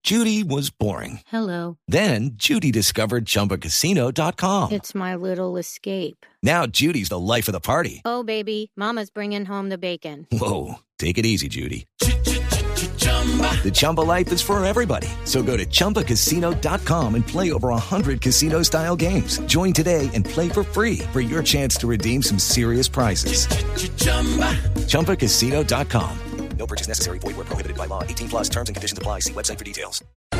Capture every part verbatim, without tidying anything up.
Judy was boring. Hello. Then Judy discovered Chumba Casino dot com. It's my little escape. Now Judy's the life of the party. Oh, baby, mama's bringing home the bacon. Whoa, take it easy, Judy. The Chumba life is for everybody. So go to Chumba Casino dot com and play over one hundred casino-style games. Join today and play for free for your chance to redeem some serious prizes. Chumba Casino dot com. No purchase necessary. Void where prohibited by law. eighteen plus terms and conditions apply. See website for details.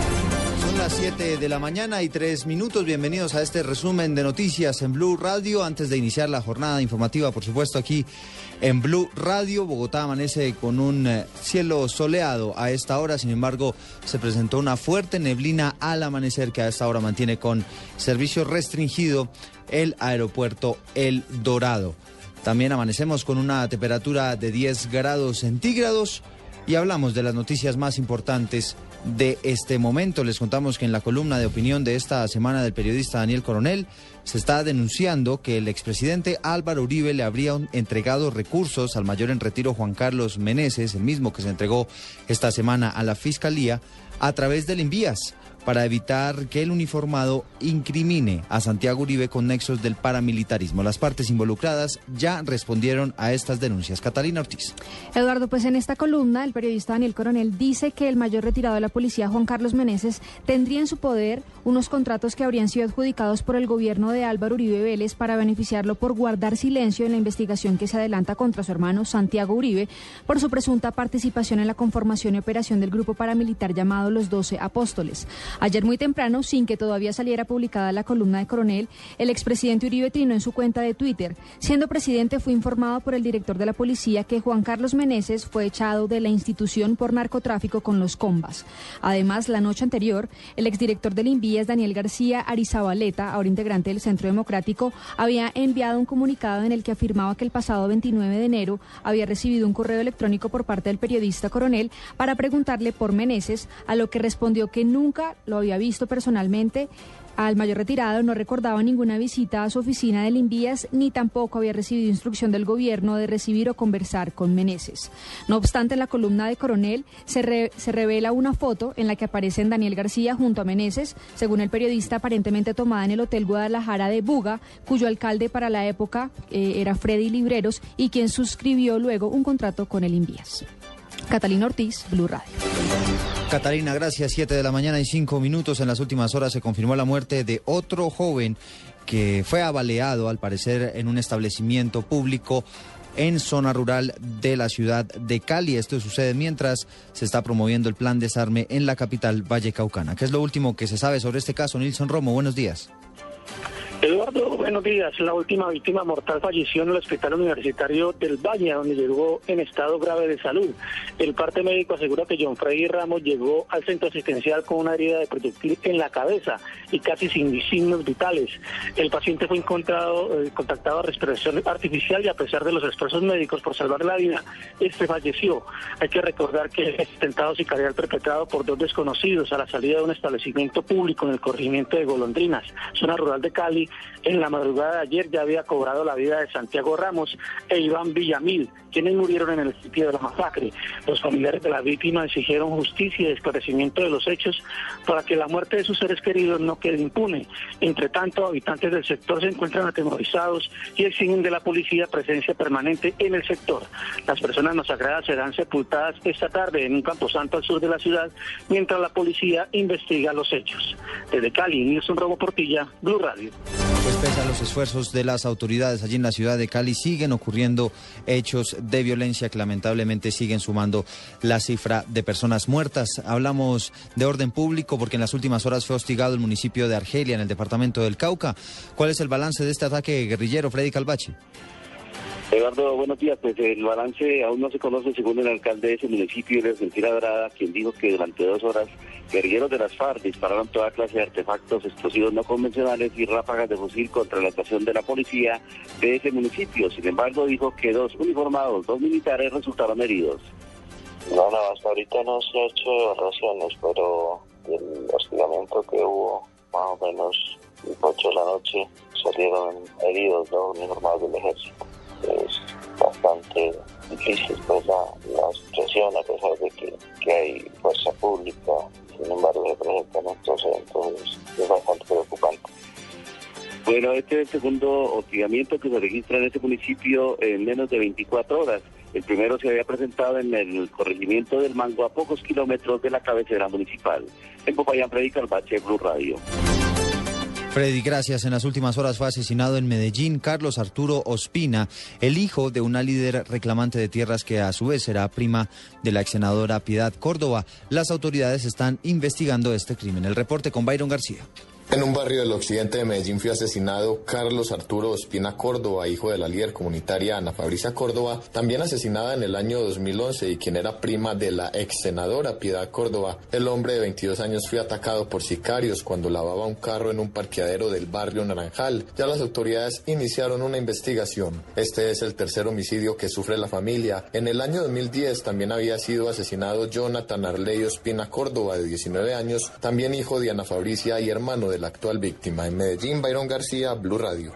Son las siete de la mañana y tres minutos. Bienvenidos a este resumen de noticias en Blue Radio. Antes de iniciar la jornada informativa, por supuesto, aquí en Blue Radio, Bogotá amanece con un eh, cielo soleado a esta hora. Sin embargo, se presentó una fuerte neblina al amanecer que a esta hora mantiene con servicio restringido el aeropuerto El Dorado. También amanecemos con una temperatura de diez grados centígrados y hablamos de las noticias más importantes de este momento. Les contamos que en la columna de opinión de esta semana del periodista Daniel Coronel se está denunciando que el expresidente Álvaro Uribe le habría entregado recursos al mayor en retiro Juan Carlos Meneses, el mismo que se entregó esta semana a la Fiscalía, a través del Invías, para evitar que el uniformado incrimine a Santiago Uribe con nexos del paramilitarismo. Las partes involucradas ya respondieron a estas denuncias. Catalina Ortiz. Eduardo, pues en esta columna el periodista Daniel Coronel dice que el mayor retirado de la policía, Juan Carlos Meneses, tendría en su poder unos contratos que habrían sido adjudicados por el gobierno de Álvaro Uribe Vélez para beneficiarlo por guardar silencio en la investigación que se adelanta contra su hermano Santiago Uribe por su presunta participación en la conformación y operación del grupo paramilitar llamado Los Doce Apóstoles. Ayer muy temprano, sin que todavía saliera publicada la columna de Coronel, el expresidente Uribe trinó en su cuenta de Twitter. Siendo presidente, fue informado por el director de la policía que Juan Carlos Meneses fue echado de la institución por narcotráfico con los Combas. Además, la noche anterior, el exdirector del Invías, Daniel García Arizabaleta, ahora integrante del Centro Democrático, había enviado un comunicado en el que afirmaba que el pasado veintinueve de enero había recibido un correo electrónico por parte del periodista Coronel para preguntarle por Meneses, a lo que respondió que nunca lo había visto personalmente. Al mayor retirado no recordaba ninguna visita a su oficina del Invías, ni tampoco había recibido instrucción del gobierno de recibir o conversar con Meneses. No obstante, en la columna de Coronel se, re, se revela una foto en la que aparecen Daniel García junto a Meneses, según el periodista, aparentemente tomada en el Hotel Guadalajara de Buga, cuyo alcalde para la época eh, era Freddy Libreros y quien suscribió luego un contrato con el Invías. Catalina Ortiz, Blue Radio. Catalina, gracias. Siete de la mañana y cinco minutos. En las últimas horas se confirmó la muerte de otro joven que fue abaleado, al parecer, en un establecimiento público en zona rural de la ciudad de Cali. Esto sucede mientras se está promoviendo el plan desarme en la capital vallecaucana. ¿Qué es lo último que se sabe sobre este caso? Nilson Romo, buenos días. Eduardo, buenos días. La última víctima mortal falleció en el Hospital Universitario del Valle, donde llegó en estado grave de salud. El parte médico asegura que John Freddy Ramos llegó al centro asistencial con una herida de proyectil en la cabeza y casi sin signos vitales. El paciente fue encontrado, eh, contactado a respiración artificial y a pesar de los esfuerzos médicos por salvar la vida, este falleció. Hay que recordar que el atentado sicarial perpetrado por dos desconocidos a la salida de un establecimiento público en el corregimiento de Golondrinas, zona rural de Cali, en la madrugada de ayer ya había cobrado la vida de Santiago Ramos e Iván Villamil, quienes murieron en el sitio de la masacre. Los familiares de la víctima exigieron justicia y esclarecimiento de los hechos para que la muerte de sus seres queridos no quede impune. Entre tanto, habitantes del sector se encuentran atemorizados y exigen de la policía presencia permanente en el sector. Las personas masacradas serán sepultadas esta tarde en un camposanto al sur de la ciudad, mientras la policía investiga los hechos. Desde Cali, Nilson Romo Portilla, Blue Radio. Pues pese a los esfuerzos de las autoridades allí en la ciudad de Cali, siguen ocurriendo hechos de violencia que lamentablemente siguen sumando la cifra de personas muertas. Hablamos de orden público porque en las últimas horas fue hostigado el municipio de Argelia, en el departamento del Cauca. ¿Cuál es el balance de este ataque guerrillero, Freddy Calvache? Eduardo, buenos días. Pues el balance aún no se conoce, según el alcalde de ese municipio, de Argentina Dorada, quien dijo que durante dos horas guerrilleros de las FARC dispararon toda clase de artefactos explosivos no convencionales y ráfagas de fusil contra la estación de la policía de ese municipio. Sin embargo, dijo que dos uniformados, dos militares, resultaron heridos. No, no, hasta ahorita no se ha hecho evaluaciones, pero el hostigamiento que hubo, más o menos ocho de la noche, salieron heridos dos uniformados del ejército. Es bastante difícil pues la, la situación, a pesar de que, que hay fuerza pública. Sin embargo, Bueno, este es el segundo hostigamiento que se registra en este municipio en menos de veinticuatro horas. El primero se había presentado en el corregimiento del Mango, a pocos kilómetros de la cabecera municipal. En Popayán, Freddy Calvache, Blue Radio. Freddy, gracias. En las últimas horas fue asesinado en Medellín Carlos Arturo Ospina, el hijo de una líder reclamante de tierras que a su vez será prima de la ex senadora Piedad Córdoba. Las autoridades están investigando este crimen. El reporte con Byron García. En un barrio del occidente de Medellín fue asesinado Carlos Arturo Ospina Córdoba, hijo de la líder comunitaria Ana Fabricia Córdoba, también asesinada en el año dos mil once y quien era prima de la ex senadora Piedad Córdoba. El hombre de veintidós años fue atacado por sicarios cuando lavaba un carro en un parqueadero del barrio Naranjal. Ya las autoridades iniciaron una investigación. Este es el tercer homicidio que sufre la familia. En el año dos mil diez también había sido asesinado Jonathan Arley Ospina Córdoba, de diecinueve años, también hijo de Ana Fabricia y hermano de la actual víctima. En Medellín, Byron García, Blue Radio.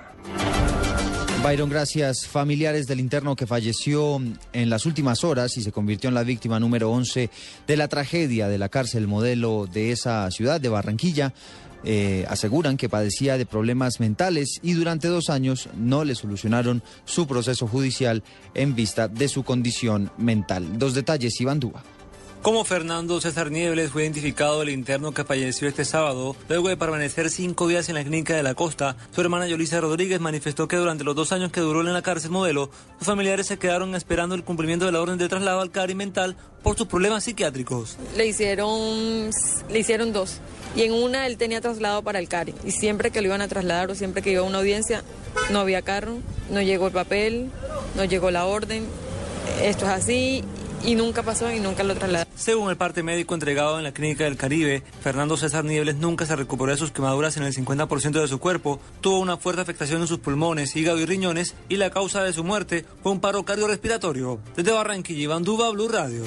Byron, gracias. Familiares del interno que falleció en las últimas horas y se convirtió en la víctima número once de la tragedia de la cárcel modelo de esa ciudad, de Barranquilla, eh, aseguran que padecía de problemas mentales y durante dos años no le solucionaron su proceso judicial en vista de su condición mental. Dos detalles, Iván Dúa. Como Fernando César Niebles fue identificado el interno que falleció este sábado, luego de permanecer cinco días en la clínica de la Costa, su hermana Yolisa Rodríguez manifestó que durante los dos años que duró en la cárcel modelo, sus familiares se quedaron esperando el cumplimiento de la orden de traslado al Cari mental por sus problemas psiquiátricos. Le hicieron, le hicieron dos, y en una él tenía traslado para el Cari, y siempre que lo iban a trasladar o siempre que iba a una audiencia, no había carro, no llegó el papel, no llegó la orden, esto es así. Y nunca pasó y nunca lo trasladaron. Según el parte médico entregado en la Clínica del Caribe, Fernando César Niebles nunca se recuperó de sus quemaduras en el cincuenta por ciento de su cuerpo, tuvo una fuerte afectación en sus pulmones, hígado y riñones, y la causa de su muerte fue un paro cardiorrespiratorio. Desde Barranquilla, Iván Duba, Blue Radio.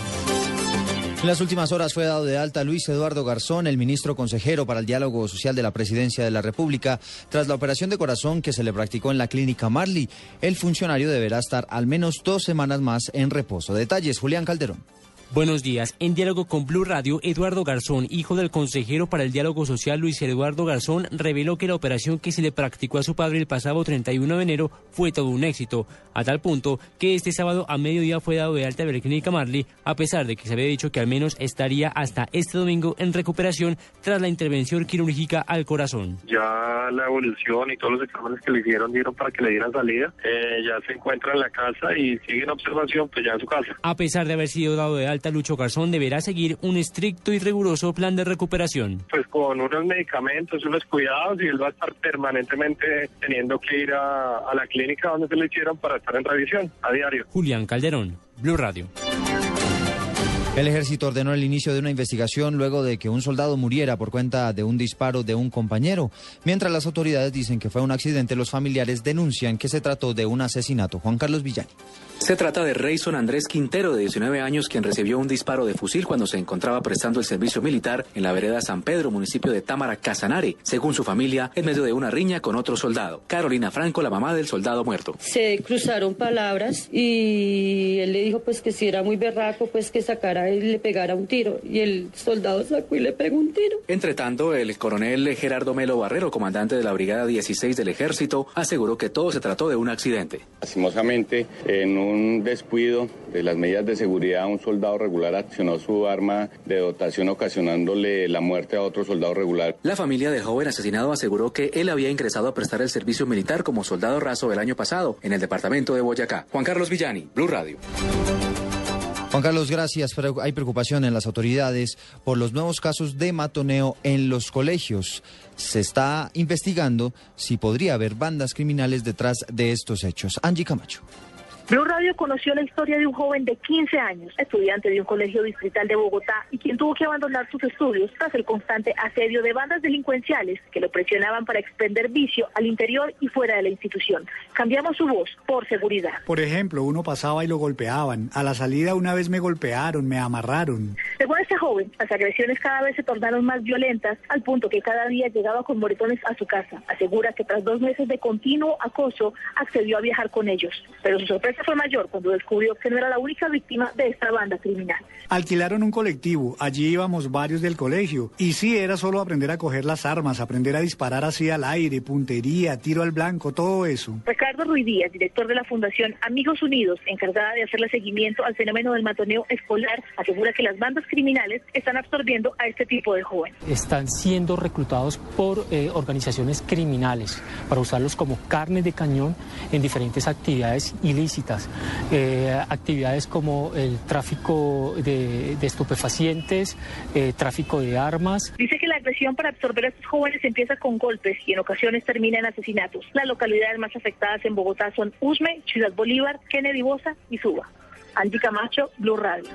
En las últimas horas fue dado de alta Luis Eduardo Garzón, el ministro consejero para el diálogo social de la Presidencia de la República, tras la operación de corazón que se le practicó en la clínica Marley. El funcionario deberá estar al menos dos semanas más en reposo. Detalles, Julián Calderón. Buenos días. En diálogo con Blue Radio, Eduardo Garzón, hijo del consejero para el diálogo social Luis Eduardo Garzón, reveló que la operación que se le practicó a su padre el pasado treinta y uno de enero fue todo un éxito, a tal punto que este sábado a mediodía fue dado de alta de la clínica Marley, a pesar de que se había dicho que al menos estaría hasta este domingo en recuperación tras la intervención quirúrgica al corazón. Ya la evolución y todos los exámenes que le hicieron dieron para que le dieran salida. Eh, ya se encuentra en la casa y sigue en observación, pues ya en su casa. A pesar de haber sido dado de alta, Lucho Garzón deberá seguir un estricto y riguroso plan de recuperación. Pues con unos medicamentos, unos cuidados, y él va a estar permanentemente teniendo que ir a, a la clínica donde se le hicieron para estar en revisión a diario. Julián Calderón, Blue Radio. El ejército ordenó el inicio de una investigación luego de que un soldado muriera por cuenta de un disparo de un compañero. Mientras las autoridades dicen que fue un accidente, los familiares denuncian que se trató de un asesinato. Juan Carlos Villani. Se trata de Reyson Andrés Quintero, de diecinueve años, quien recibió un disparo de fusil cuando se encontraba prestando el servicio militar en la vereda San Pedro, municipio de Támara, Casanare, según su familia, en medio de una riña con otro soldado. Carolina Franco, la mamá del soldado muerto. Se cruzaron palabras y él le dijo pues que si era muy berraco, pues que sacara y le pegara un tiro. Y el soldado sacó y le pegó un tiro. Entre tanto, el coronel Gerardo Melo Barrero, comandante de la Brigada dieciséis del Ejército, aseguró que todo se trató de un accidente. Lastimosamente, en un un descuido de las medidas de seguridad, un soldado regular accionó su arma de dotación ocasionándole la muerte a otro soldado regular. La familia del joven asesinado aseguró que él había ingresado a prestar el servicio militar como soldado raso el año pasado en el departamento de Boyacá. Juan Carlos Villani, Blue Radio. Juan Carlos, gracias. Pero hay preocupación en las autoridades por los nuevos casos de matoneo en los colegios. Se está investigando si podría haber bandas criminales detrás de estos hechos. Angie Camacho. Blue Radio conoció la historia de un joven de quince años, estudiante de un colegio distrital de Bogotá y quien tuvo que abandonar sus estudios tras el constante asedio de bandas delincuenciales que lo presionaban para expender vicio al interior y fuera de la institución. Cambiamos su voz por seguridad. Por ejemplo, uno pasaba y lo golpeaban. A la salida una vez me golpearon, me amarraron. Según este joven, las agresiones cada vez se tornaron más violentas al punto que cada día llegaba con moretones a su casa. Asegura que tras dos meses de continuo acoso accedió a viajar con ellos, pero su sorpresa sorpresa fue mayor cuando descubrió que no era la única víctima de esta banda criminal. Alquilaron un colectivo, allí íbamos varios del colegio, y sí, era solo aprender a coger las armas, aprender a disparar así al aire, puntería, tiro al blanco, todo eso. Ricardo Ruiz Díaz, director de la Fundación Amigos Unidos, encargada de hacerle seguimiento al fenómeno del matoneo escolar, asegura que las bandas criminales están absorbiendo a este tipo de jóvenes. Están siendo reclutados por eh, organizaciones criminales para usarlos como carne de cañón en diferentes actividades ilícitas, eh, actividades como el tráfico de De, de estupefacientes, eh, tráfico de armas. Dice que la agresión para absorber a estos jóvenes empieza con golpes y en ocasiones termina en asesinatos. Las localidades más afectadas en Bogotá son Usme, Ciudad Bolívar, Kennedy Bosa y Suba. Andy Camacho, Blue Radio.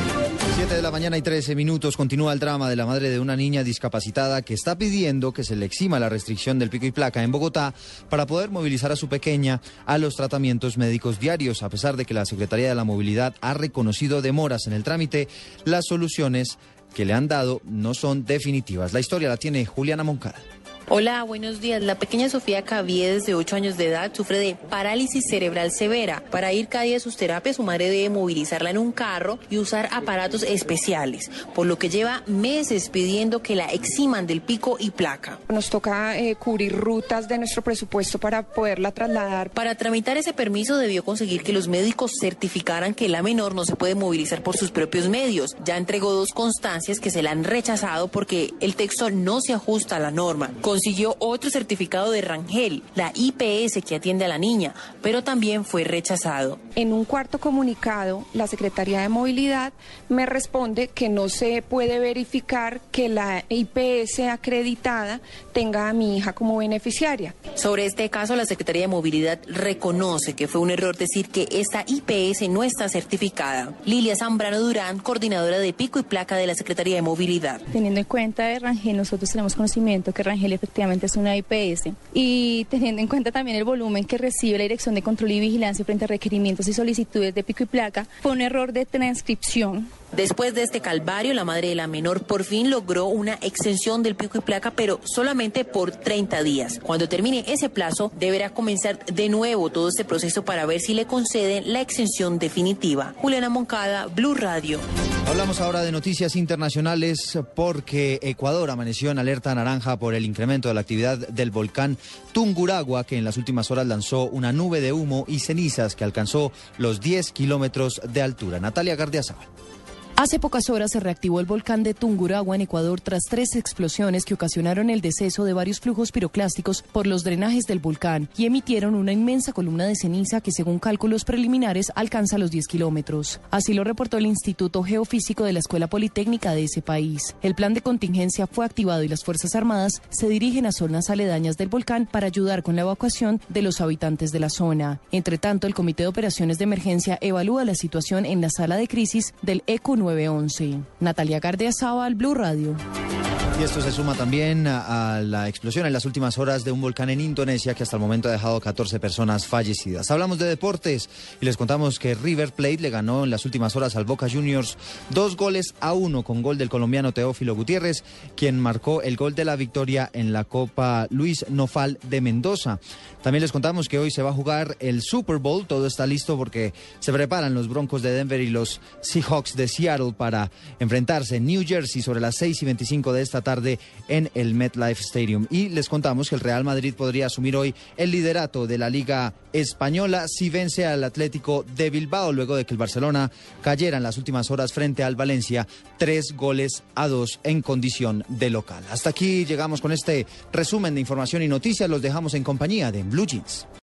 siete de la mañana y trece minutos. Continúa el drama de la madre de una niña discapacitada que está pidiendo que se le exima la restricción del pico y placa en Bogotá para poder movilizar a su pequeña a los tratamientos médicos diarios. A pesar de que la Secretaría de la Movilidad ha reconocido demoras en el trámite, las soluciones que le han dado no son definitivas. La historia la tiene Juliana Moncada. Hola, buenos días. La pequeña Sofía Caviedes, de ocho años de edad, sufre de parálisis cerebral severa. Para ir cada día a sus terapias, su madre debe movilizarla en un carro y usar aparatos especiales, por lo que lleva meses pidiendo que la eximan del pico y placa. Nos toca eh, cubrir rutas de nuestro presupuesto para poderla trasladar. Para tramitar ese permiso debió conseguir que los médicos certificaran que la menor no se puede movilizar por sus propios medios. Ya entregó dos constancias que se la han rechazado porque el texto no se ajusta a la norma. Consiguió otro certificado de Rangel, la I P S que atiende a la niña, pero también fue rechazado. En un cuarto comunicado, la Secretaría de Movilidad me responde que no se puede verificar que la I P S acreditada tenga a mi hija como beneficiaria. Sobre este caso, la Secretaría de Movilidad reconoce que fue un error decir que esta I P S no está certificada. Lilia Zambrano Durán, coordinadora de pico y placa de la Secretaría de Movilidad. Teniendo en cuenta de Rangel, nosotros tenemos conocimiento que Rangel efectivamente es una I P S y teniendo en cuenta también el volumen que recibe la Dirección de Control y Vigilancia frente a requerimientos y solicitudes de pico y placa, fue un error de transcripción. Después de este calvario, la madre de la menor por fin logró una extensión del pico y placa, pero solamente por treinta días. Cuando termine ese plazo, deberá comenzar de nuevo todo este proceso para ver si le conceden la extensión definitiva. Juliana Moncada, Blue Radio. Hablamos ahora de noticias internacionales porque Ecuador amaneció en alerta naranja por el incremento de la actividad del volcán Tungurahua, que en las últimas horas lanzó una nube de humo y cenizas que alcanzó los diez kilómetros de altura. Natalia Gardiazabal. Hace pocas horas se reactivó el volcán de Tungurahua en Ecuador tras tres explosiones que ocasionaron el deceso de varios flujos piroclásticos por los drenajes del volcán y emitieron una inmensa columna de ceniza que, según cálculos preliminares, alcanza los diez kilómetros. Así lo reportó el Instituto Geofísico de la Escuela Politécnica de ese país. El plan de contingencia fue activado y las Fuerzas Armadas se dirigen a zonas aledañas del volcán para ayudar con la evacuación de los habitantes de la zona. Entre tanto, el Comité de Operaciones de Emergencia evalúa la situación en la sala de crisis del ECO nueve once. Natalia Gardiazabal, Blue Radio. Y esto se suma también a, a la explosión en las últimas horas de un volcán en Indonesia que hasta el momento ha dejado catorce personas fallecidas. Hablamos de deportes y les contamos que River Plate le ganó en las últimas horas al Boca Juniors dos goles a uno con gol del colombiano Teófilo Gutiérrez, quien marcó el gol de la victoria en la Copa Luis Nofal de Mendoza. También les contamos que hoy se va a jugar el Super Bowl. Todo está listo porque se preparan los Broncos de Denver y los Seahawks de Seattle para enfrentarse en New Jersey sobre las seis y veinticinco de esta tarde en el MetLife Stadium. Y les contamos que el Real Madrid podría asumir hoy el liderato de la Liga Española si vence al Atlético de Bilbao, luego de que el Barcelona cayera en las últimas horas frente al Valencia tres goles a dos en condición de local. Hasta aquí llegamos con este resumen de información y noticias. Los dejamos en compañía de Blue Jeans.